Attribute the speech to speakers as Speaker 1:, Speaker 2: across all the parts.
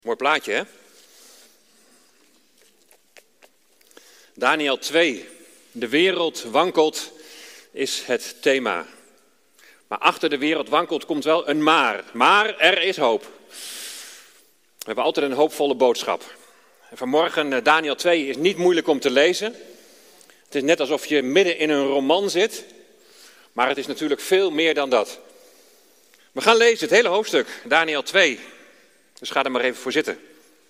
Speaker 1: Mooi plaatje, hè? Daniël 2. De wereld wankelt is het thema. Maar achter de wereld wankelt komt wel een maar. Maar er is hoop. We hebben altijd een hoopvolle boodschap. En vanmorgen, Daniël 2 is niet moeilijk om te lezen. Het is net alsof je midden in een roman zit. Maar het is natuurlijk veel meer dan dat. We gaan lezen het hele hoofdstuk, Daniël 2. Dus ga er maar even voor zitten.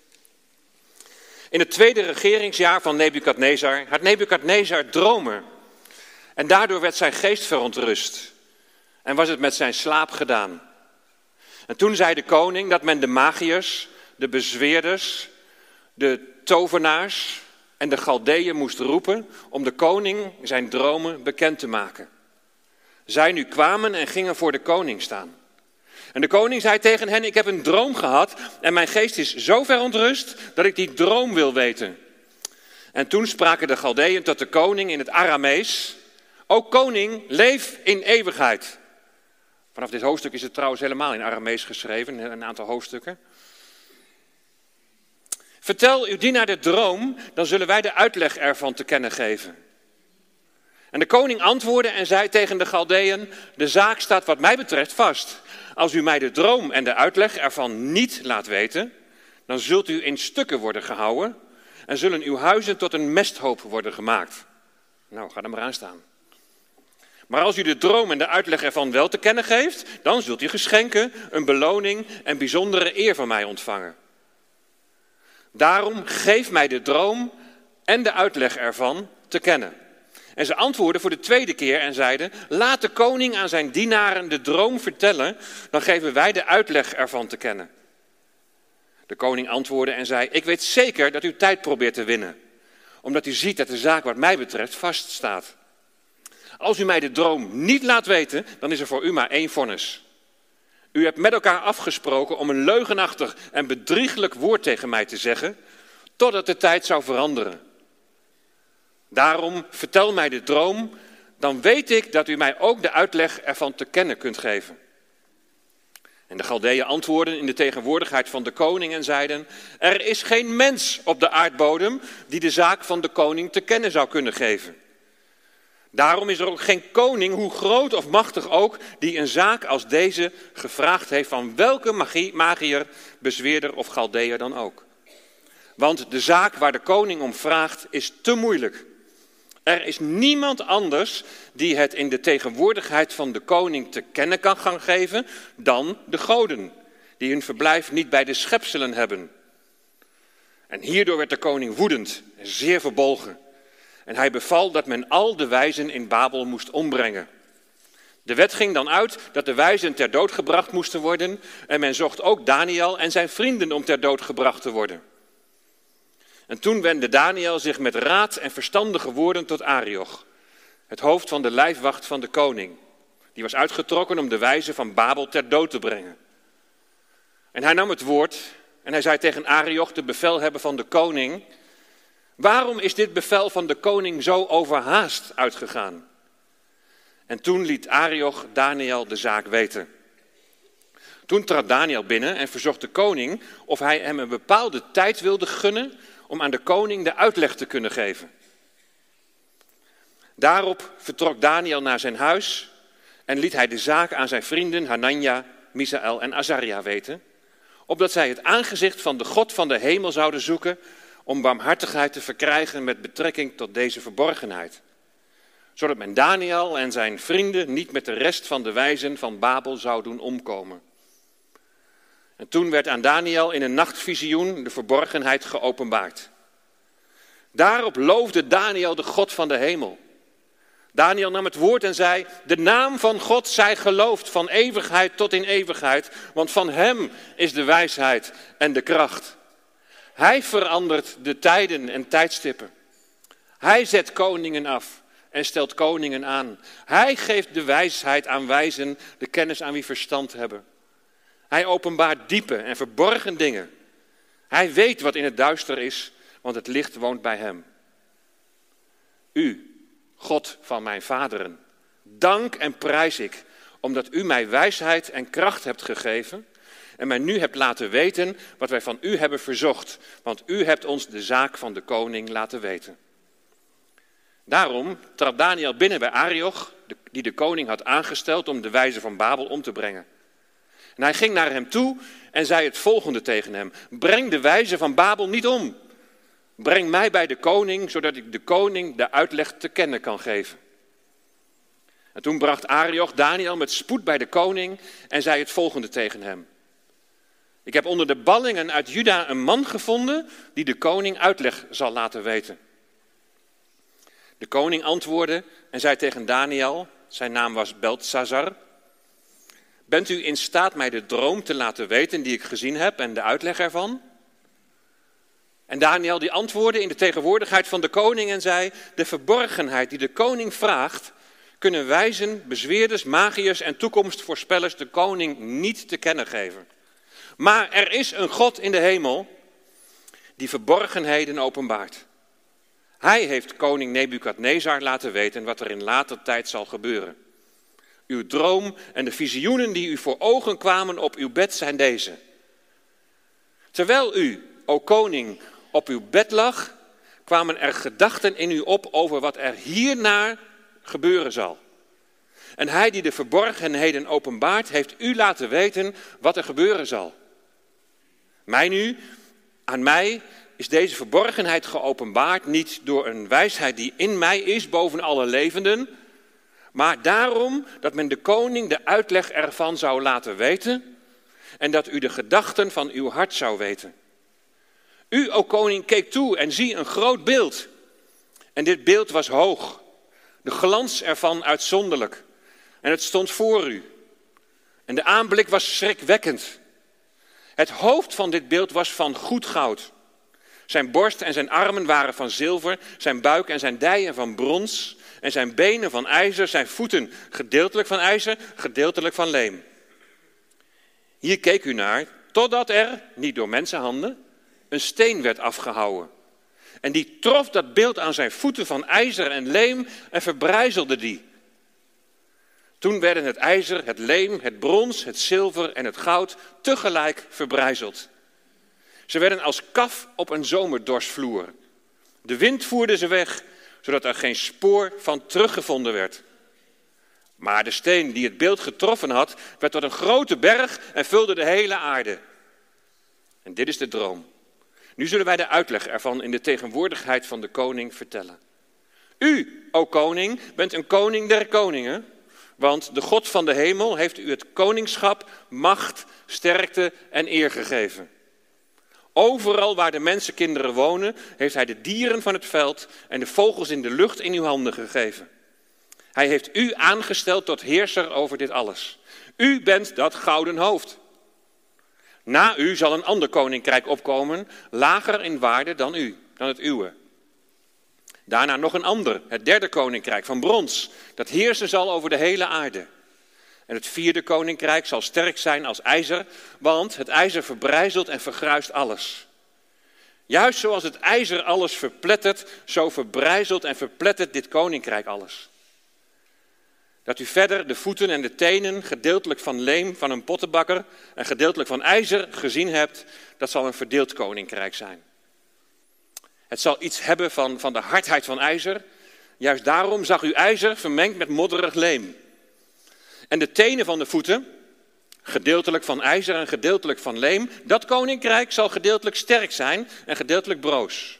Speaker 1: In het tweede regeringsjaar van Nebukadnezar had Nebukadnezar dromen. En daardoor werd zijn geest verontrust. En was het met zijn slaap gedaan. En toen zei de koning dat men de magiërs, de bezweerders, de tovenaars en de Galdeeën moest roepen om de koning zijn dromen bekend te maken. Zij nu kwamen en gingen voor de koning staan. En de koning zei tegen hen, ik heb een droom gehad en mijn geest is zo verontrust dat ik die droom wil weten. En toen spraken de Galdeeën tot de koning in het Aramees, o koning, leef in eeuwigheid. Vanaf dit hoofdstuk is het trouwens helemaal in Aramees geschreven, een aantal hoofdstukken. Vertel uw dienaar de droom, dan zullen wij de uitleg ervan te kennen geven. En de koning antwoordde en zei tegen de Galdeeën, de zaak staat wat mij betreft vast. Als u mij de droom en de uitleg ervan niet laat weten, dan zult u in stukken worden gehouden en zullen uw huizen tot een mesthoop worden gemaakt. Nou, ga er maar aan staan. Maar als u de droom en de uitleg ervan wel te kennen geeft, dan zult u geschenken, een beloning en bijzondere eer van mij ontvangen. Daarom geef mij de droom en de uitleg ervan te kennen. En ze antwoordden voor de tweede keer en zeiden, laat de koning aan zijn dienaren de droom vertellen, dan geven wij de uitleg ervan te kennen. De koning antwoordde en zei, ik weet zeker dat u tijd probeert te winnen, omdat u ziet dat de zaak wat mij betreft vaststaat. Als u mij de droom niet laat weten, dan is er voor u maar één vonnis. U hebt met elkaar afgesproken om een leugenachtig en bedrieglijk woord tegen mij te zeggen, totdat de tijd zou veranderen. Daarom vertel mij de droom, dan weet ik dat u mij ook de uitleg ervan te kennen kunt geven. En de Galdeeën antwoordden in de tegenwoordigheid van de koning en zeiden, er is geen mens op de aardbodem die de zaak van de koning te kennen zou kunnen geven. Daarom is er ook geen koning, hoe groot of machtig ook, die een zaak als deze gevraagd heeft van welke magiër, bezweerder of Galdeeër dan ook. Want de zaak waar de koning om vraagt is te moeilijk. Er is niemand anders die het in de tegenwoordigheid van de koning te kennen kan gaan geven dan de goden, die hun verblijf niet bij de schepselen hebben. En hierdoor werd de koning woedend en zeer verbolgen. En hij beval dat men al de wijzen in Babel moest ombrengen. De wet ging dan uit dat de wijzen ter dood gebracht moesten worden en men zocht ook Daniël en zijn vrienden om ter dood gebracht te worden. En toen wendde Daniël zich met raad en verstandige woorden tot Arioch, het hoofd van de lijfwacht van de koning. Die was uitgetrokken om de wijzen van Babel ter dood te brengen. En hij nam het woord en hij zei tegen Arioch, de bevelhebber van de koning, waarom is dit bevel van de koning zo overhaast uitgegaan? En toen liet Arioch Daniël de zaak weten. Toen trad Daniël binnen en verzocht de koning of hij hem een bepaalde tijd wilde gunnen om aan de koning de uitleg te kunnen geven. Daarop vertrok Daniël naar zijn huis en liet hij de zaak aan zijn vrienden Hanania, Misaël en Azaria weten, opdat zij het aangezicht van de God van de hemel zouden zoeken om barmhartigheid te verkrijgen met betrekking tot deze verborgenheid. Zodat men Daniël en zijn vrienden niet met de rest van de wijzen van Babel zou doen omkomen. En toen werd aan Daniël in een nachtvisioen de verborgenheid geopenbaard. Daarop loofde Daniël de God van de hemel. Daniël nam het woord en zei, de naam van God zij geloofd van eeuwigheid tot in eeuwigheid, want van hem is de wijsheid en de kracht. Hij verandert de tijden en tijdstippen. Hij zet koningen af en stelt koningen aan. Hij geeft de wijsheid aan wijzen, de kennis aan wie verstand hebben. Hij openbaart diepe en verborgen dingen. Hij weet wat in het duister is, want het licht woont bij hem. U, God van mijn vaderen, dank en prijs ik, omdat u mij wijsheid en kracht hebt gegeven en mij nu hebt laten weten wat wij van u hebben verzocht, want u hebt ons de zaak van de koning laten weten. Daarom trad Daniel binnen bij Arioch, die de koning had aangesteld om de wijze van Babel om te brengen. En hij ging naar hem toe en zei het volgende tegen hem: breng de wijze van Babel niet om. Breng mij bij de koning, zodat ik de koning de uitleg te kennen kan geven. En toen bracht Arioch Daniel met spoed bij de koning en zei het volgende tegen hem: ik heb onder de ballingen uit Juda een man gevonden die de koning uitleg zal laten weten. De koning antwoordde en zei tegen Daniel, zijn naam was Beltsazar: bent u in staat mij de droom te laten weten die ik gezien heb en de uitleg ervan? En Daniel die antwoordde in de tegenwoordigheid van de koning en zei: de verborgenheid die de koning vraagt, kunnen wijzen, bezweerders, magiërs en toekomstvoorspellers de koning niet te kennen geven. Maar er is een God in de hemel die verborgenheden openbaart. Hij heeft koning Nebukadnezar laten weten wat er in later tijd zal gebeuren. Uw droom en de visioenen die u voor ogen kwamen op uw bed zijn deze. Terwijl u, o koning, op uw bed lag, kwamen er gedachten in u op over wat er hierna gebeuren zal. En hij die de verborgenheden openbaart, heeft u laten weten wat er gebeuren zal. Aan mij is deze verborgenheid geopenbaard, niet door een wijsheid die in mij is boven alle levenden, maar daarom dat men de koning de uitleg ervan zou laten weten en dat u de gedachten van uw hart zou weten. U, o koning, keek toe en zie een groot beeld. En dit beeld was hoog, de glans ervan uitzonderlijk. En het stond voor u. En de aanblik was schrikwekkend. Het hoofd van dit beeld was van goed goud. Zijn borst en zijn armen waren van zilver, zijn buik en zijn dijen van brons, en zijn benen van ijzer, zijn voeten gedeeltelijk van ijzer, gedeeltelijk van leem. Hier keek u naar, totdat er, niet door mensenhanden, een steen werd afgehouwen. En die trof dat beeld aan zijn voeten van ijzer en leem en verbrijzelde die. Toen werden het ijzer, het leem, het brons, het zilver en het goud tegelijk verbrijzeld. Ze werden als kaf op een zomerdorsvloer. De wind voerde ze weg, zodat er geen spoor van teruggevonden werd. Maar de steen die het beeld getroffen had, werd tot een grote berg en vulde de hele aarde. En dit is de droom. Nu zullen wij de uitleg ervan in de tegenwoordigheid van de koning vertellen. U, o koning, bent een koning der koningen, want de God van de hemel heeft u het koningschap, macht, sterkte en eer gegeven. Overal waar de mensenkinderen wonen, heeft hij de dieren van het veld en de vogels in de lucht in uw handen gegeven. Hij heeft u aangesteld tot heerser over dit alles. U bent dat gouden hoofd. Na u zal een ander koninkrijk opkomen, lager in waarde dan het uwe. Daarna nog een ander, het derde koninkrijk van brons, dat heersen zal over de hele aarde. En het vierde koninkrijk zal sterk zijn als ijzer, want het ijzer verbrijzelt en vergruist alles. Juist zoals het ijzer alles verplettert, zo verbrijzelt en verplettert dit koninkrijk alles. Dat u verder de voeten en de tenen, gedeeltelijk van leem van een pottenbakker en gedeeltelijk van ijzer gezien hebt, dat zal een verdeeld koninkrijk zijn. Het zal iets hebben van de hardheid van ijzer. Juist daarom zag u ijzer vermengd met modderig leem. En de tenen van de voeten, gedeeltelijk van ijzer en gedeeltelijk van leem, dat koninkrijk zal gedeeltelijk sterk zijn en gedeeltelijk broos.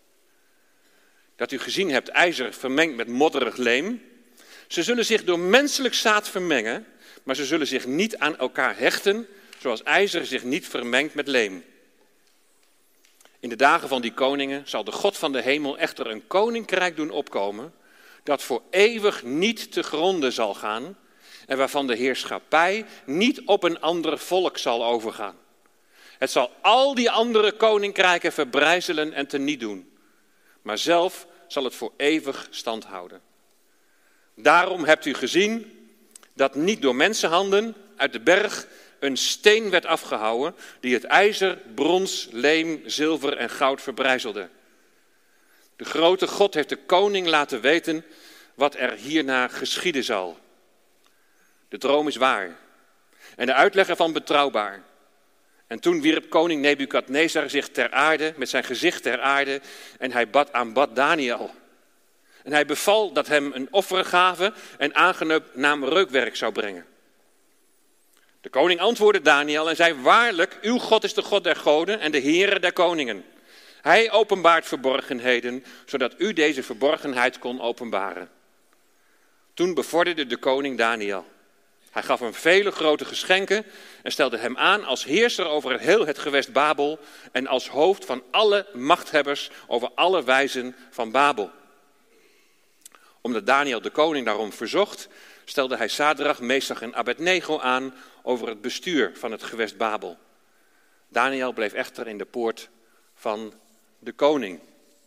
Speaker 1: Dat u gezien hebt ijzer vermengd met modderig leem. Ze zullen zich door menselijk zaad vermengen, maar ze zullen zich niet aan elkaar hechten, zoals ijzer zich niet vermengt met leem. In de dagen van die koningen zal de God van de hemel echter een koninkrijk doen opkomen, dat voor eeuwig niet te gronde zal gaan en waarvan de heerschappij niet op een ander volk zal overgaan. Het zal al die andere koninkrijken verbrijzelen en teniet doen, maar zelf zal het voor eeuwig stand houden. Daarom hebt u gezien dat niet door mensenhanden uit de berg een steen werd afgehouwen die het ijzer, brons, leem, zilver en goud verbrijzelde. De grote God heeft de koning laten weten wat er hierna geschieden zal. De droom is waar en de uitleg ervan betrouwbaar. En toen wierp koning Nebukadnezar zich ter aarde, met zijn gezicht ter aarde, en hij aanbad Daniel. En hij beval dat hem een offergave en aangenaam reukwerk zou brengen. De koning antwoordde Daniel en zei: waarlijk, uw God is de God der goden en de Heere der koningen. Hij openbaart verborgenheden, zodat u deze verborgenheid kon openbaren. Toen bevorderde de koning Daniel. Hij gaf hem vele grote geschenken en stelde hem aan als heerser over heel het gewest Babel en als hoofd van alle machthebbers over alle wijzen van Babel. Omdat Daniel de koning daarom verzocht, stelde hij Sadrach, Mesach en Abednego aan over het bestuur van het gewest Babel. Daniel bleef echter in de poort van de koning.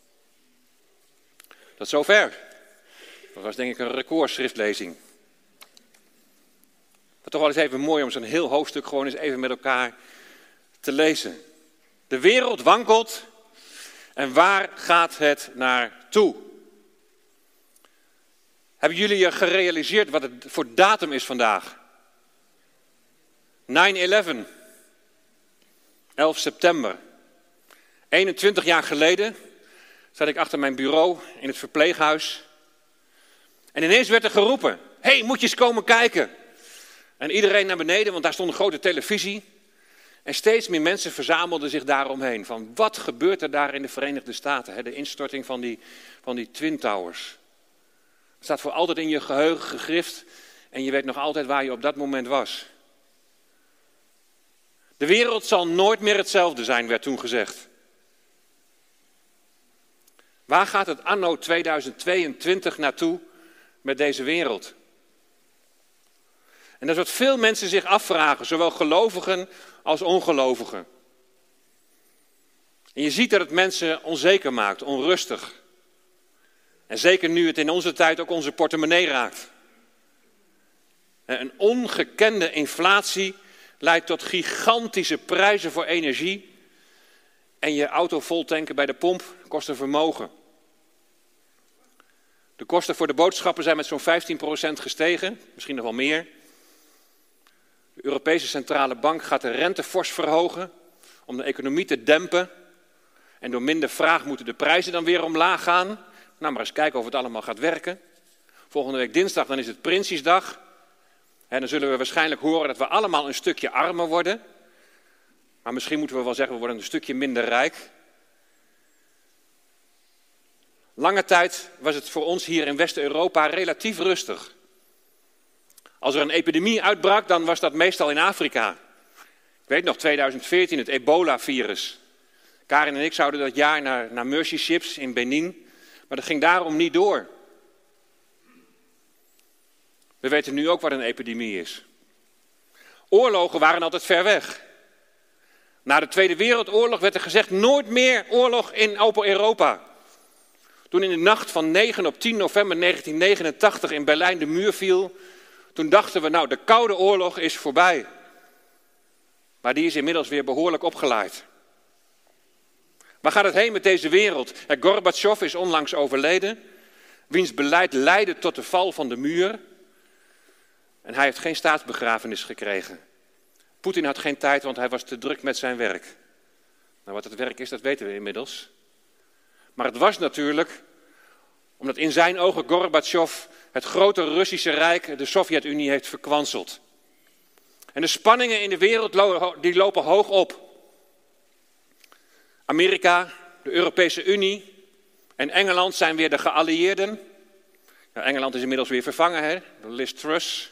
Speaker 1: Tot zover. Dat was denk ik een recordschriftlezing. Maar toch wel eens even mooi om zo'n heel hoofdstuk gewoon eens even met elkaar te lezen. De wereld wankelt en waar gaat het naartoe? Hebben jullie je gerealiseerd wat het voor datum is vandaag? 9/11, 11 september. 21 jaar geleden zat ik achter mijn bureau in het verpleeghuis. En ineens werd er geroepen: hey, moet je eens komen kijken. En iedereen naar beneden, want daar stond een grote televisie. En steeds meer mensen verzamelden zich daaromheen. Van wat gebeurt er daar in de Verenigde Staten? De instorting van die Twin Towers. Het staat voor altijd in je geheugen gegrift. En je weet nog altijd waar je op dat moment was. De wereld zal nooit meer hetzelfde zijn, werd toen gezegd. Waar gaat het anno 2022 naartoe met deze wereld? En dat is wat veel mensen zich afvragen, zowel gelovigen als ongelovigen. En je ziet dat het mensen onzeker maakt, onrustig. En zeker nu het in onze tijd ook onze portemonnee raakt. Een ongekende inflatie leidt tot gigantische prijzen voor energie. En je auto vol tanken bij de pomp kost een vermogen. De kosten voor de boodschappen zijn met zo'n 15% gestegen, misschien nog wel meer. De Europese Centrale Bank gaat de rente fors verhogen om de economie te dempen. En door minder vraag moeten de prijzen dan weer omlaag gaan. Nou, maar eens kijken of het allemaal gaat werken. Volgende week dinsdag, dan is het Prinsjesdag. En dan zullen we waarschijnlijk horen dat we allemaal een stukje armer worden. Maar misschien moeten we wel zeggen, we worden een stukje minder rijk. Lange tijd was het voor ons hier in West-Europa relatief rustig. Als er een epidemie uitbrak, dan was dat meestal in Afrika. Ik weet nog, 2014, het ebola-virus. Karin en ik zouden dat jaar naar Mercy Ships in Benin. Maar dat ging daarom niet door. We weten nu ook wat een epidemie is. Oorlogen waren altijd ver weg. Na de Tweede Wereldoorlog werd er gezegd: nooit meer oorlog in open Europa. Toen in de nacht van 9 op 10 november 1989 in Berlijn de muur viel, toen dachten we, nou, de Koude Oorlog is voorbij. Maar die is inmiddels weer behoorlijk opgeleid. Waar gaat het heen met deze wereld? Gorbatsjov is onlangs overleden, wiens beleid leidde tot de val van de muur. En hij heeft geen staatsbegrafenis gekregen. Poetin had geen tijd, want hij was te druk met zijn werk. Nou, wat het werk is, dat weten we inmiddels. Maar het was natuurlijk omdat in zijn ogen Gorbatsjov het grote Russische Rijk, de Sovjet-Unie, heeft verkwanseld. En de spanningen in de wereld die lopen hoog op. Amerika, de Europese Unie en Engeland zijn weer de geallieerden. Nou, Engeland is inmiddels weer vervangen, hè? Liz Truss.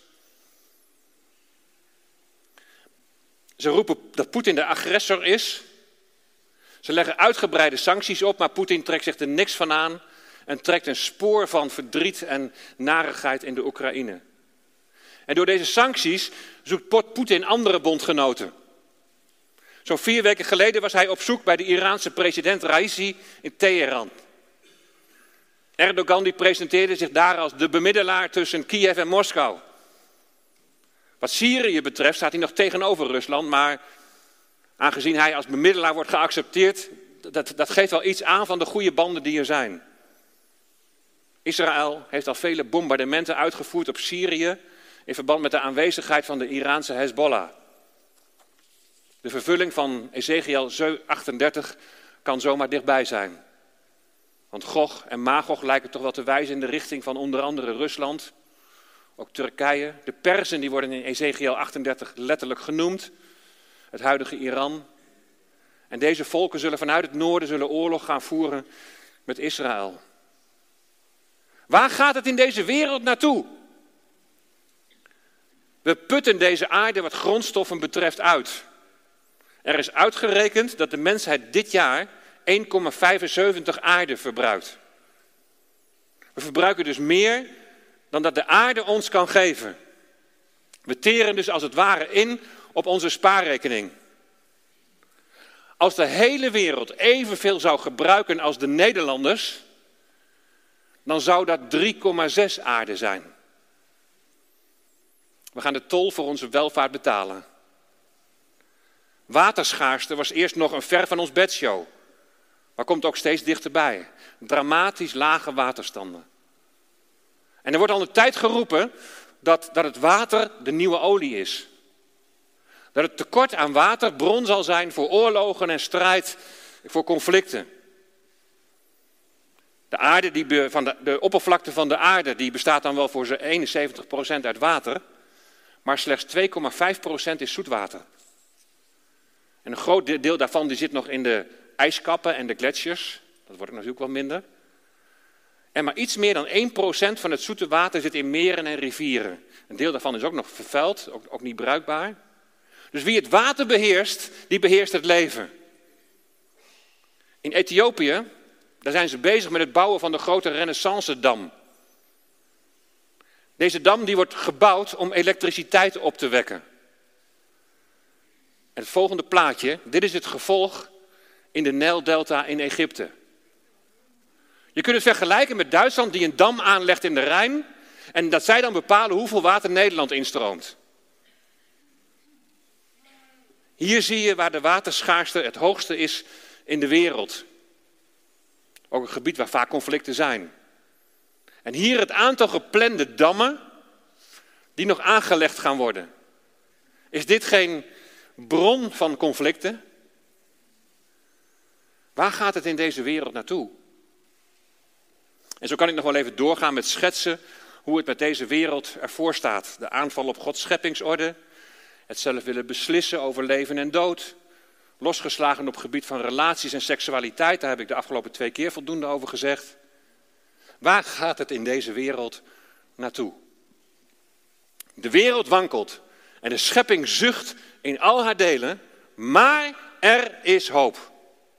Speaker 1: Ze roepen dat Poetin de agressor is. Ze leggen uitgebreide sancties op, maar Poetin trekt zich er niks van aan en trekt een spoor van verdriet en narigheid in de Oekraïne. En door deze sancties zoekt Poetin andere bondgenoten. Zo'n 4 weken geleden was hij op zoek bij de Iraanse president Raisi in Teheran. Erdogan die presenteerde zich daar als de bemiddelaar tussen Kiev en Moskou. Wat Syrië betreft staat hij nog tegenover Rusland, maar aangezien hij als bemiddelaar wordt geaccepteerd, dat geeft wel iets aan van de goede banden die er zijn. Israël heeft al vele bombardementen uitgevoerd op Syrië in verband met de aanwezigheid van de Iraanse Hezbollah. De vervulling van Ezechiel 38 kan zomaar dichtbij zijn. Want Gog en Magog lijken toch wel te wijzen in de richting van onder andere Rusland. Ook Turkije. De Perzen die worden in Ezechiel 38 letterlijk genoemd. Het huidige Iran. En deze volken zullen vanuit het noorden oorlog gaan voeren met Israël. Waar gaat het in deze wereld naartoe? We putten deze aarde wat grondstoffen betreft uit. Er is uitgerekend dat de mensheid dit jaar 1,75 aarde verbruikt. We verbruiken dus meer dan dat de aarde ons kan geven. We teren dus als het ware in op onze spaarrekening. Als de hele wereld evenveel zou gebruiken als de Nederlanders, dan zou dat 3,6 aarde zijn. We gaan de tol voor onze welvaart betalen. Waterschaarste was eerst nog een ver van ons bedshow, maar komt ook steeds dichterbij. Dramatisch lage waterstanden. En er wordt al een tijd geroepen dat het water de nieuwe olie is. Dat het tekort aan water bron zal zijn voor oorlogen en strijd, voor conflicten. De oppervlakte van de aarde die bestaat dan wel voor zo'n 71% uit water, maar slechts 2,5% is zoetwater. En een groot deel daarvan die zit nog in de ijskappen en de gletsjers. Dat wordt natuurlijk wel minder. En maar iets meer dan 1% van het zoete water zit in meren en rivieren. Een deel daarvan is ook nog vervuild, ook niet bruikbaar. Dus wie het water beheerst, die beheerst het leven. In Ethiopië, daar zijn ze bezig met het bouwen van de grote Renaissance-dam. Deze dam die wordt gebouwd om elektriciteit op te wekken. En het volgende plaatje, dit is het gevolg in de Nijldelta in Egypte. Je kunt het vergelijken met Duitsland die een dam aanlegt in de Rijn en dat zij dan bepalen hoeveel water Nederland instroomt. Hier zie je waar de waterschaarste het hoogste is in de wereld. Ook een gebied waar vaak conflicten zijn. En hier het aantal geplande dammen die nog aangelegd gaan worden. Is dit geen bron van conflicten? Waar gaat het in deze wereld naartoe? En zo kan ik nog wel even doorgaan met schetsen hoe het met deze wereld ervoor staat. De aanval op Gods scheppingsorde, het zelf willen beslissen over leven en dood, losgeslagen op het gebied van relaties en seksualiteit, daar heb ik de afgelopen 2 keer voldoende over gezegd. Waar gaat het in deze wereld naartoe? De wereld wankelt en de schepping zucht in al haar delen, maar er is hoop.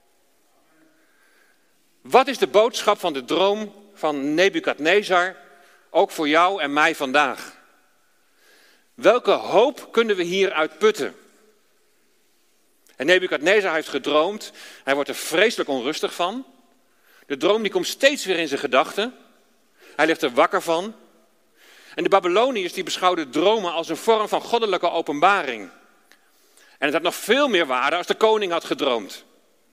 Speaker 1: Wat is de boodschap van de droom van Nebukadnezar, ook voor jou en mij vandaag? Welke hoop kunnen we hieruit putten? En Nebukadnezar heeft gedroomd, hij wordt er vreselijk onrustig van. De droom die komt steeds weer in zijn gedachten. Hij ligt er wakker van. En de Babyloniërs die beschouwden dromen als een vorm van goddelijke openbaring. En het had nog veel meer waarde als de koning had gedroomd.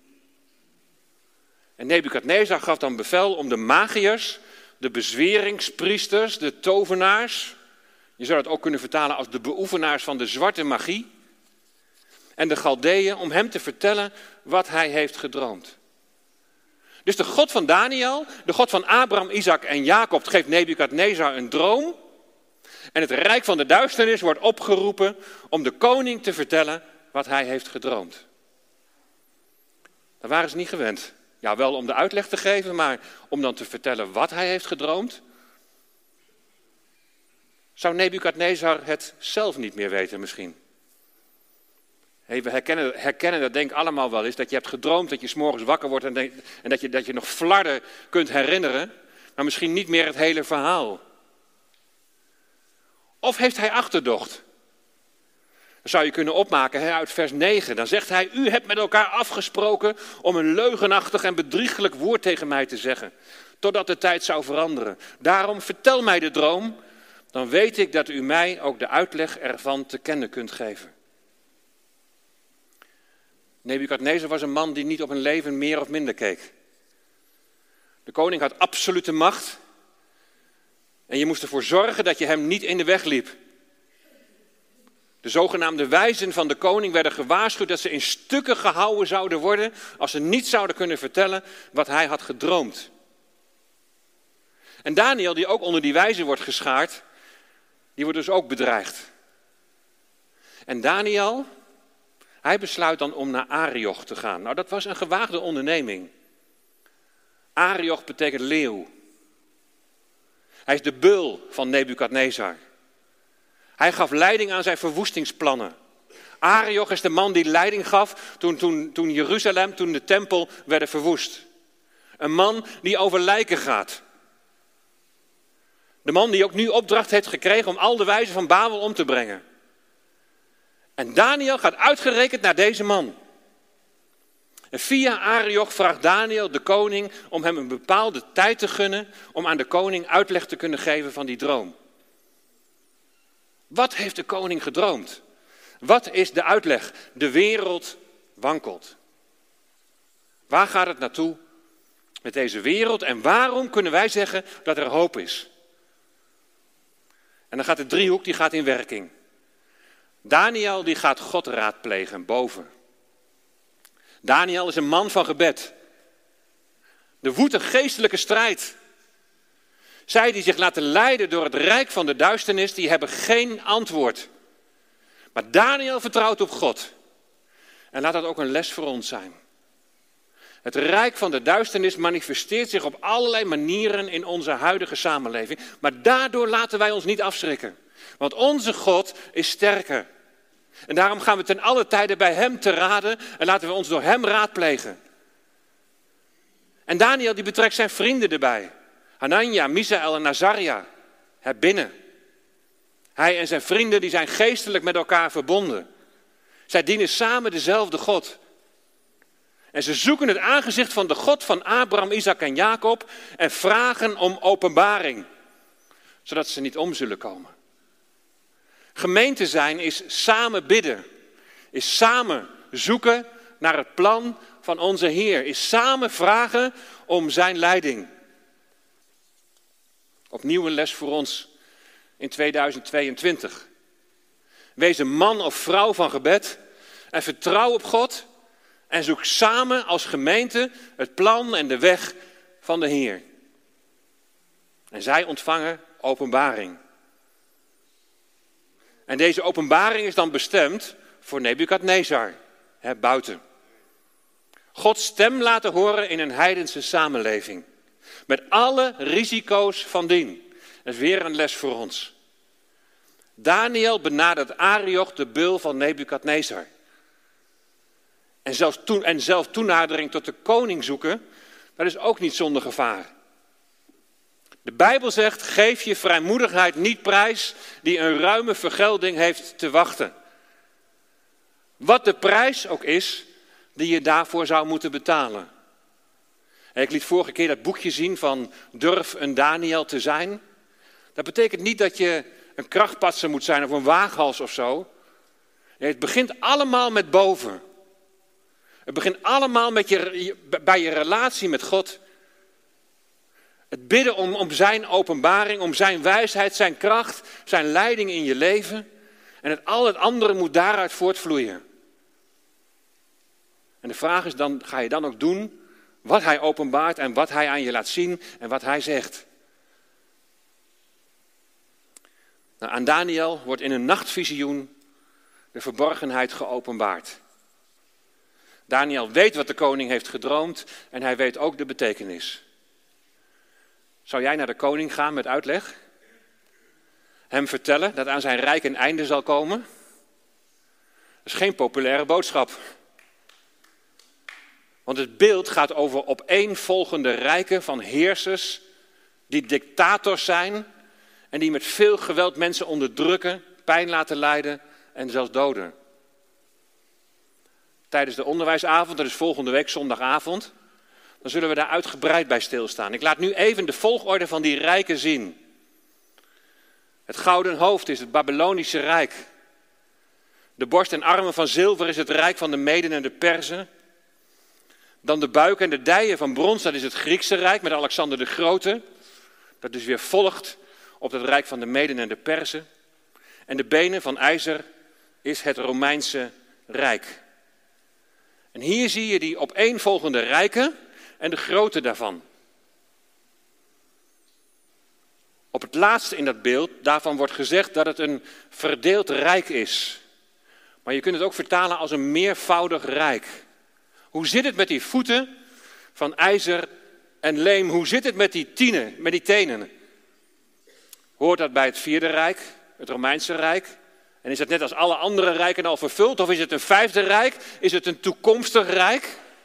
Speaker 1: En Nebukadnezar gaf dan bevel om de magiërs, de bezweringspriesters, de tovenaars, je zou het ook kunnen vertalen als de beoefenaars van de zwarte magie, en de Galdeeën om hem te vertellen wat hij heeft gedroomd. Dus de God van Daniel, de God van Abraham, Isaac en Jacob geeft Nebukadnezar een droom. En het rijk van de duisternis wordt opgeroepen om de koning te vertellen wat hij heeft gedroomd. Daar waren ze niet gewend. Ja, wel om de uitleg te geven, maar om dan te vertellen wat hij heeft gedroomd. Zou Nebukadnezar het zelf niet meer weten misschien? Hey, we herkennen dat denk ik allemaal wel eens, dat je hebt gedroomd dat je 's morgens wakker wordt en dat je nog flarden kunt herinneren, maar misschien niet meer het hele verhaal. Of heeft hij achterdocht? Dat zou je kunnen opmaken uit vers 9. Dan zegt hij, u hebt met elkaar afgesproken om een leugenachtig en bedriegelijk woord tegen mij te zeggen, totdat de tijd zou veranderen. Daarom vertel mij de droom, dan weet ik dat u mij ook de uitleg ervan te kennen kunt geven. Nebukadnezar was een man die niet op een leven meer of minder keek. De koning had absolute macht en je moest ervoor zorgen dat je hem niet in de weg liep. De zogenaamde wijzen van de koning werden gewaarschuwd dat ze in stukken gehouden zouden worden als ze niet zouden kunnen vertellen wat hij had gedroomd. En Daniel, die ook onder die wijzen wordt geschaard, die wordt dus ook bedreigd. En Daniel, hij besluit dan om naar Arioch te gaan. Nou, dat was een gewaagde onderneming. Arioch betekent leeuw. Hij is de beul van Nebukadnezar. Hij gaf leiding aan zijn verwoestingsplannen. Arioch is de man die leiding gaf toen Jeruzalem, toen de tempel werden verwoest. Een man die over lijken gaat. De man die ook nu opdracht heeft gekregen om al de wijzen van Babel om te brengen. En Daniel gaat uitgerekend naar deze man. En via Arioch vraagt Daniel de koning om hem een bepaalde tijd te gunnen om aan de koning uitleg te kunnen geven van die droom. Wat heeft de koning gedroomd? Wat is de uitleg? De wereld wankelt. Waar gaat het naartoe met deze wereld en waarom kunnen wij zeggen dat er hoop is? En dan gaat de driehoek die gaat in werking. Daniel die gaat God raadplegen boven. Daniel is een man van gebed. Er woedt een geestelijke strijd. Zij die zich laten leiden door het rijk van de duisternis, die hebben geen antwoord. Maar Daniel vertrouwt op God. En laat dat ook een les voor ons zijn. Het rijk van de duisternis manifesteert zich op allerlei manieren in onze huidige samenleving. Maar daardoor laten wij ons niet afschrikken. Want onze God is sterker. En daarom gaan we ten alle tijde bij hem te raden en laten we ons door hem raadplegen. En Daniel die betrekt zijn vrienden erbij. Hanania, Misaël en Azaria. Binnen. Hij en zijn vrienden die zijn geestelijk met elkaar verbonden. Zij dienen samen dezelfde God. En ze zoeken het aangezicht van de God van Abraham, Isaac en Jacob en vragen om openbaring. Zodat ze niet om zullen komen. Gemeente zijn is samen bidden. Is samen zoeken naar het plan van onze Heer. Is samen vragen om zijn leiding. Opnieuw een les voor ons in 2022. Wees een man of vrouw van gebed en vertrouw op God. En zoek samen als gemeente het plan en de weg van de Heer. En zij ontvangen openbaring. En deze openbaring is dan bestemd voor Nebukadnezar, buiten. Gods stem laten horen in een heidense samenleving. Met alle risico's van dien. Dat is weer een les voor ons. Daniel benadert Arioch, de beul van Nebukadnezar. En zelf toenadering tot de koning zoeken, dat is ook niet zonder gevaar. De Bijbel zegt, geef je vrijmoedigheid niet prijs die een ruime vergelding heeft te wachten. Wat de prijs ook is die je daarvoor zou moeten betalen. Ik liet vorige keer dat boekje zien van Durf een Daniel te zijn. Dat betekent niet dat je een krachtpatser moet zijn of een waaghals of zo. Nee, het begint allemaal met boven. Het begint allemaal bij je relatie met God. Het bidden om zijn openbaring, om zijn wijsheid, zijn kracht, zijn leiding in je leven. En al het andere moet daaruit voortvloeien. En de vraag is dan, ga je dan ook doen wat hij openbaart en wat hij aan je laat zien en wat hij zegt? Nou, aan Daniel wordt in een nachtvisioen de verborgenheid geopenbaard. Daniel weet wat de koning heeft gedroomd en hij weet ook de betekenis. Zou jij naar de koning gaan met uitleg? Hem vertellen dat aan zijn rijk een einde zal komen? Dat is geen populaire boodschap. Want het beeld gaat over opeenvolgende rijken van heersers die dictators zijn en die met veel geweld mensen onderdrukken, pijn laten lijden en zelfs doden. Tijdens de onderwijsavond, dat is volgende week zondagavond, dan zullen we daar uitgebreid bij stilstaan. Ik laat nu even de volgorde van die rijken zien. Het gouden hoofd is het Babylonische rijk. De borst en armen van zilver is het rijk van de Meden en de Perzen. Dan de buik en de dijen van brons, dat is het Griekse rijk met Alexander de Grote. Dat dus weer volgt op het rijk van de Meden en de Perzen. En de benen van ijzer is het Romeinse Rijk. En hier zie je die opeenvolgende rijken en de grootte daarvan. Op het laatste in dat beeld, daarvan wordt gezegd dat het een verdeeld rijk is. Maar je kunt het ook vertalen als een meervoudig rijk. Hoe zit het met die voeten van ijzer en leem? Hoe zit het met die tenen? Hoort dat bij het vierde rijk, het Romeinse Rijk? En is dat net als alle andere rijken al vervuld? Of is het een vijfde rijk? Is het een toekomstig rijk?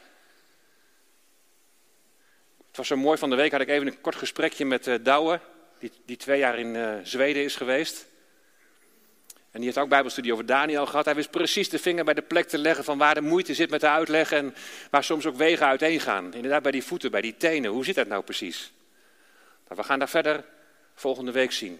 Speaker 1: Het was zo mooi, van de week had ik even een kort gesprekje met Douwe, die 2 jaar in Zweden is geweest. En die heeft ook bijbelstudie over Daniel gehad. Hij wist precies de vinger bij de plek te leggen van waar de moeite zit met de uitleg en waar soms ook wegen uiteen gaan. Inderdaad bij die voeten, bij die tenen. Hoe zit dat nou precies? Nou, we gaan daar verder volgende week zien.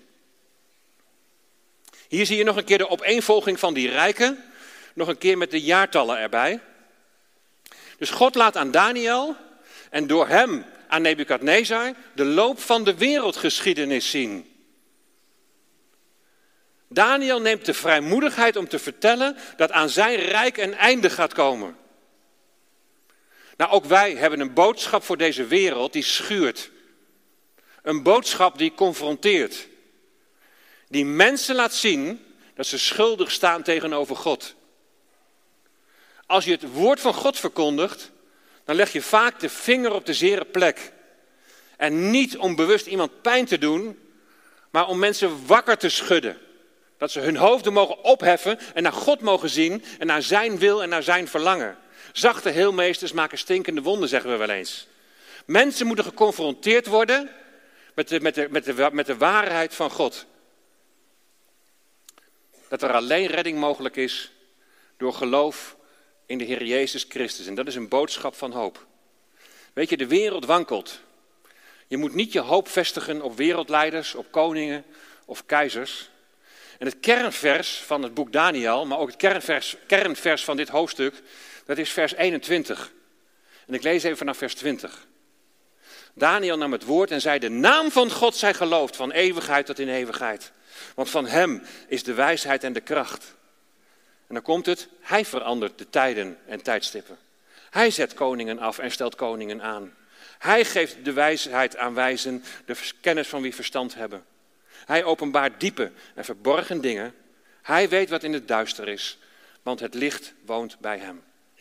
Speaker 1: Hier zie je nog een keer de opeenvolging van die rijken. Nog een keer met de jaartallen erbij. Dus God laat aan Daniel en door hem aan Nebukadnezar de loop van de wereldgeschiedenis zien. Daniel neemt de vrijmoedigheid om te vertellen dat aan zijn rijk een einde gaat komen. Nou, ook wij hebben een boodschap voor deze wereld die schuurt. Een boodschap die confronteert. Die mensen laat zien dat ze schuldig staan tegenover God. Als je het woord van God verkondigt, dan leg je vaak de vinger op de zere plek. En niet om bewust iemand pijn te doen, maar om mensen wakker te schudden. Dat ze hun hoofden mogen opheffen en naar God mogen zien en naar zijn wil en naar zijn verlangen. Zachte heelmeesters maken stinkende wonden, zeggen we wel eens. Mensen moeten geconfronteerd worden met de waarheid van God. Dat er alleen redding mogelijk is door geloof in de Heer Jezus Christus. En dat is een boodschap van hoop. Weet je, de wereld wankelt. Je moet niet je hoop vestigen op wereldleiders, op koningen of keizers. En het kernvers van het boek Daniel, maar ook het kernvers van dit hoofdstuk, dat is vers 21. En ik lees even vanaf vers 20. Daniel nam het woord en zei: de naam van God zij geloofd van eeuwigheid tot in eeuwigheid. Want van hem is de wijsheid en de kracht. En dan komt het: hij verandert de tijden en tijdstippen. Hij zet koningen af en stelt koningen aan. Hij geeft de wijsheid aan wijzen, de kennis van wie verstand hebben. Hij openbaart diepe en verborgen dingen. Hij weet wat in het duister is, want het licht woont bij hem.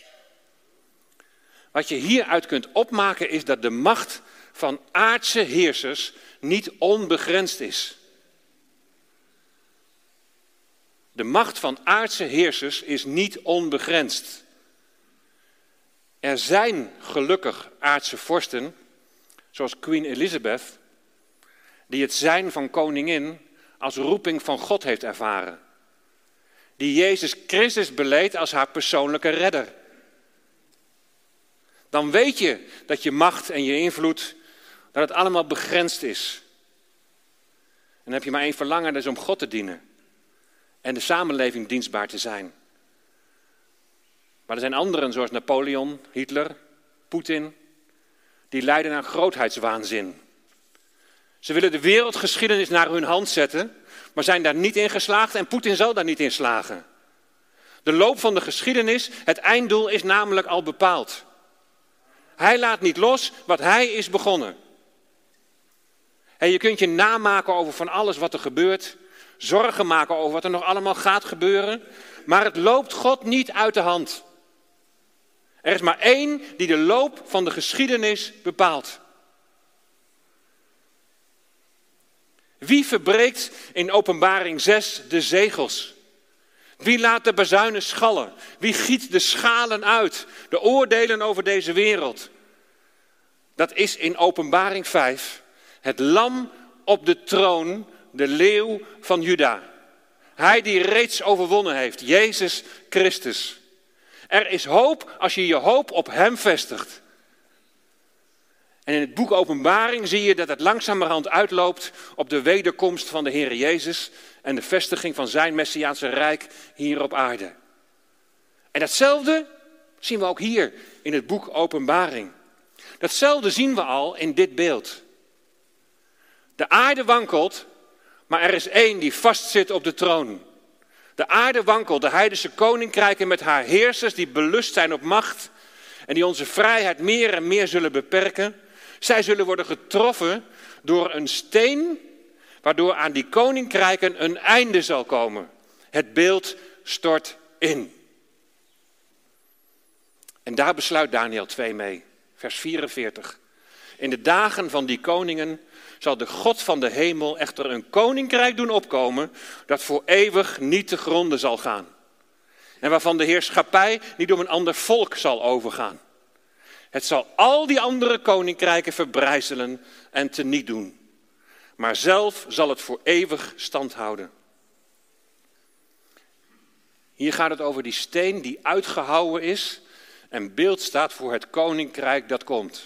Speaker 1: Wat je hieruit kunt opmaken is dat de macht van aardse heersers niet onbegrensd is. De macht van aardse heersers is niet onbegrensd. Er zijn gelukkig aardse vorsten, zoals Queen Elizabeth, die het zijn van koningin als roeping van God heeft ervaren. Die Jezus Christus beleed als haar persoonlijke redder. Dan weet je dat je macht en je invloed, dat het allemaal begrensd is. En dan heb je maar één verlangen, dat is om God te dienen. En de samenleving dienstbaar te zijn. Maar er zijn anderen zoals Napoleon, Hitler, Poetin, die leiden naar grootheidswaanzin. Ze willen de wereldgeschiedenis naar hun hand zetten, maar zijn daar niet in geslaagd en Poetin zal daar niet in slagen. De loop van de geschiedenis, het einddoel is namelijk al bepaald. Hij laat niet los wat hij is begonnen. En je kunt je namaken over van alles wat er gebeurt, zorgen maken over wat er nog allemaal gaat gebeuren, maar het loopt God niet uit de hand. Er is maar één die de loop van de geschiedenis bepaalt. Wie verbreekt in Openbaring 6 de zegels? Wie laat de bazuinen schallen? Wie giet de schalen uit? De oordelen over deze wereld. Dat is in Openbaring 5 het lam op de troon, de leeuw van Juda. Hij die reeds overwonnen heeft, Jezus Christus. Er is hoop als je je hoop op hem vestigt. En in het boek Openbaring zie je dat het langzamerhand uitloopt op de wederkomst van de Heer Jezus en de vestiging van zijn Messiaanse Rijk hier op aarde. En datzelfde zien we ook hier in het boek Openbaring. Datzelfde zien we al in dit beeld. De aarde wankelt, maar er is één die vastzit op de troon. De aarde wankelt, de heidense koninkrijken met haar heersers die belust zijn op macht en die onze vrijheid meer en meer zullen beperken. Zij zullen worden getroffen door een steen waardoor aan die koninkrijken een einde zal komen. Het beeld stort in. En daar besluit Daniël 2 mee, vers 44. In de dagen van die koningen zal de God van de hemel echter een koninkrijk doen opkomen dat voor eeuwig niet te gronde zal gaan. En waarvan de heerschappij niet om een ander volk zal overgaan. Het zal al die andere koninkrijken verbrijzelen en teniet doen. Maar zelf zal het voor eeuwig stand houden. Hier gaat het over die steen die uitgehouwen is en beeld staat voor het koninkrijk dat komt.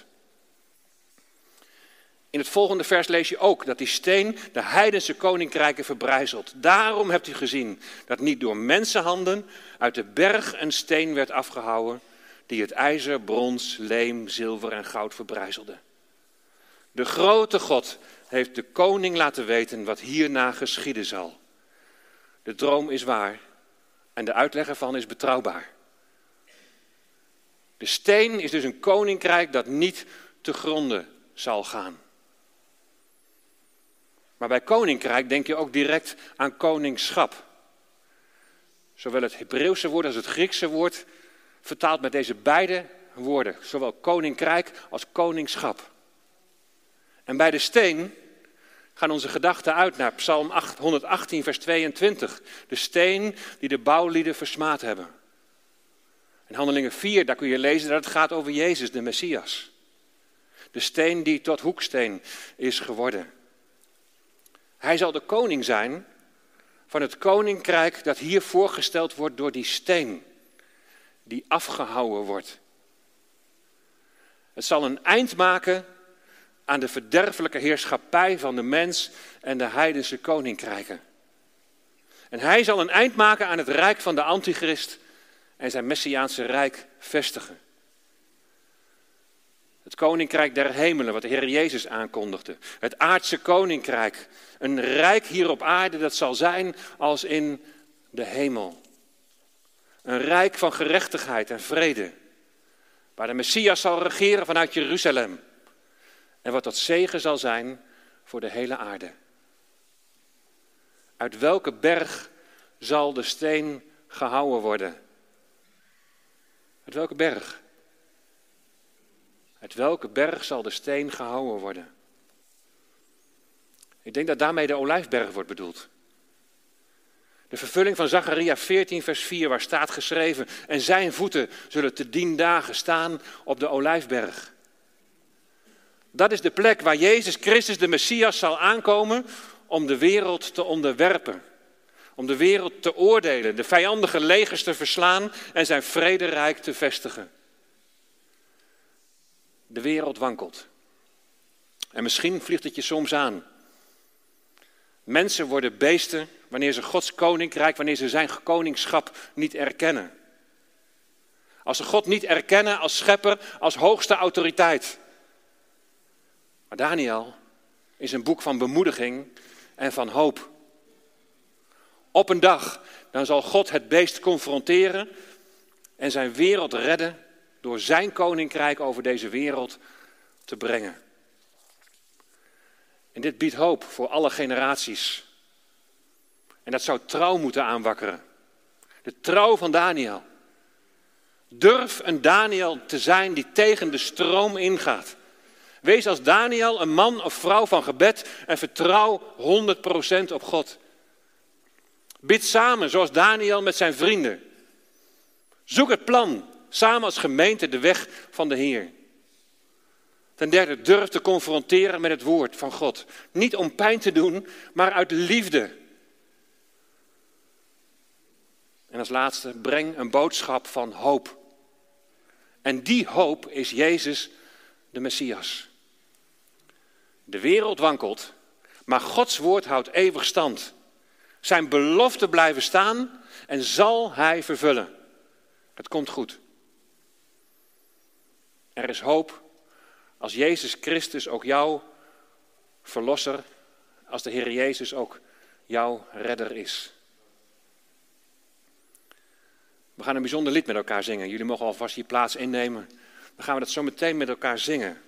Speaker 1: In het volgende vers lees je ook dat die steen de heidense koninkrijken verbrijzelt. Daarom hebt u gezien dat niet door mensenhanden uit de berg een steen werd afgehouwen die het ijzer, brons, leem, zilver en goud verbrijzelde. De grote God heeft de koning laten weten wat hierna geschieden zal. De droom is waar en de uitleg ervan is betrouwbaar. De steen is dus een koninkrijk dat niet te gronde zal gaan. Maar bij koninkrijk denk je ook direct aan koningschap. Zowel het Hebreeuwse woord als het Griekse woord vertaalt met deze beide woorden. Zowel koninkrijk als koningschap. En bij de steen gaan onze gedachten uit naar Psalm 118 vers 22. De steen die de bouwlieden versmaad hebben. In Handelingen 4, daar kun je lezen dat het gaat over Jezus, de Messias. De steen die tot hoeksteen is geworden. Hij zal de koning zijn van het koninkrijk dat hier voorgesteld wordt door die steen die afgehouwen wordt. Het zal een eind maken aan de verderfelijke heerschappij van de mens en de heidense koninkrijken. En hij zal een eind maken aan het rijk van de antichrist en zijn messiaanse rijk vestigen. Het koninkrijk der hemelen, wat de Heer Jezus aankondigde. Het aardse koninkrijk. Een rijk hier op aarde dat zal zijn als in de hemel. Een rijk van gerechtigheid en vrede. Waar de Messias zal regeren vanuit Jeruzalem. En wat tot zegen zal zijn voor de hele aarde. Uit welke berg zal de steen gehouwen worden? Uit welke berg? Uit welke berg zal de steen gehouwen worden? Ik denk dat daarmee de Olijfberg wordt bedoeld. De vervulling van Zacharia 14 vers 4 waar staat geschreven: en zijn voeten zullen te 10 dagen staan op de Olijfberg. Dat is de plek waar Jezus Christus de Messias zal aankomen om de wereld te onderwerpen. Om de wereld te oordelen, de vijandige legers te verslaan en zijn vrederijk te vestigen. De wereld wankelt. En misschien vliegt het je soms aan. Mensen worden beesten wanneer ze Gods koninkrijk, wanneer ze zijn koningschap niet erkennen. Als ze God niet erkennen als schepper, als hoogste autoriteit. Maar Daniël is een boek van bemoediging en van hoop. Op een dag, dan zal God het beest confronteren en zijn wereld redden door zijn koninkrijk over deze wereld te brengen. En dit biedt hoop voor alle generaties. En dat zou trouw moeten aanwakkeren. De trouw van Daniël. Durf een Daniël te zijn die tegen de stroom ingaat. Wees als Daniël een man of vrouw van gebed en vertrouw 100% op God. Bid samen zoals Daniël met zijn vrienden. Zoek het plan, samen als gemeente de weg van de Heer. Ten derde, durf te confronteren met het woord van God. Niet om pijn te doen, maar uit liefde. En als laatste, breng een boodschap van hoop. En die hoop is Jezus, de Messias. De wereld wankelt, maar Gods woord houdt eeuwig stand. Zijn beloften blijven staan en zal hij vervullen. Het komt goed. Er is hoop als Jezus Christus ook jouw verlosser, als de Heer Jezus ook jouw redder is. We gaan een bijzonder lied met elkaar zingen. Jullie mogen alvast hier plaats innemen. Dan gaan we dat zo meteen met elkaar zingen.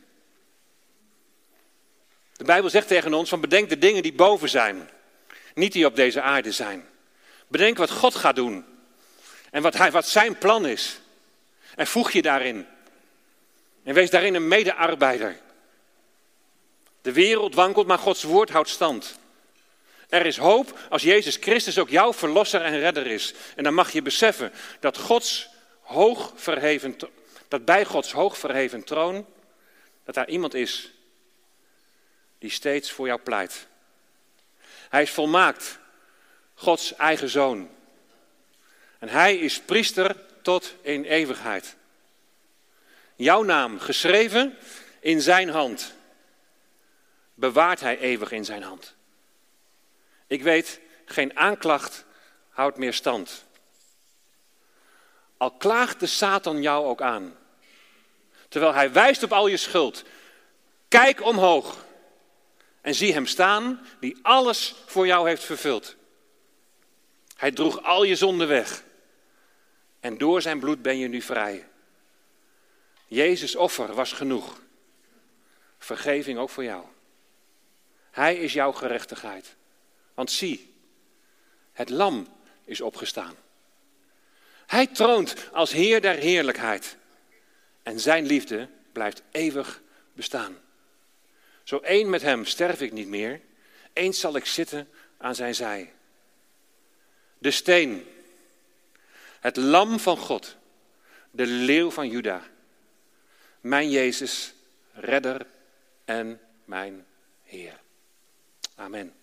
Speaker 1: De Bijbel zegt tegen ons van bedenk de dingen die boven zijn. Niet die op deze aarde zijn. Bedenk wat God gaat doen. En wat zijn plan is. En voeg je daarin. En wees daarin een medearbeider. De wereld wankelt, maar Gods woord houdt stand. Er is hoop als Jezus Christus ook jouw verlosser en redder is. En dan mag je beseffen dat bij Gods hoog verheven troon, dat daar iemand is die steeds voor jou pleit. Hij is volmaakt, Gods eigen zoon. En hij is priester tot in eeuwigheid. Jouw naam geschreven in zijn hand, bewaart hij eeuwig in zijn hand. Ik weet, geen aanklacht houdt meer stand. Al klaagt de Satan jou ook aan, terwijl hij wijst op al je schuld. Kijk omhoog en zie hem staan die alles voor jou heeft vervuld. Hij droeg al je zonden weg en door zijn bloed ben je nu vrij. Jezus' offer was genoeg. Vergeving ook voor jou. Hij is jouw gerechtigheid. Want zie, het lam is opgestaan. Hij troont als Heer der heerlijkheid. En zijn liefde blijft eeuwig bestaan. Zo één met hem sterf ik niet meer. Eens zal ik zitten aan zijn zij. De steen. Het lam van God. De leeuw van Juda. Mijn Jezus, redder en mijn Heer. Amen.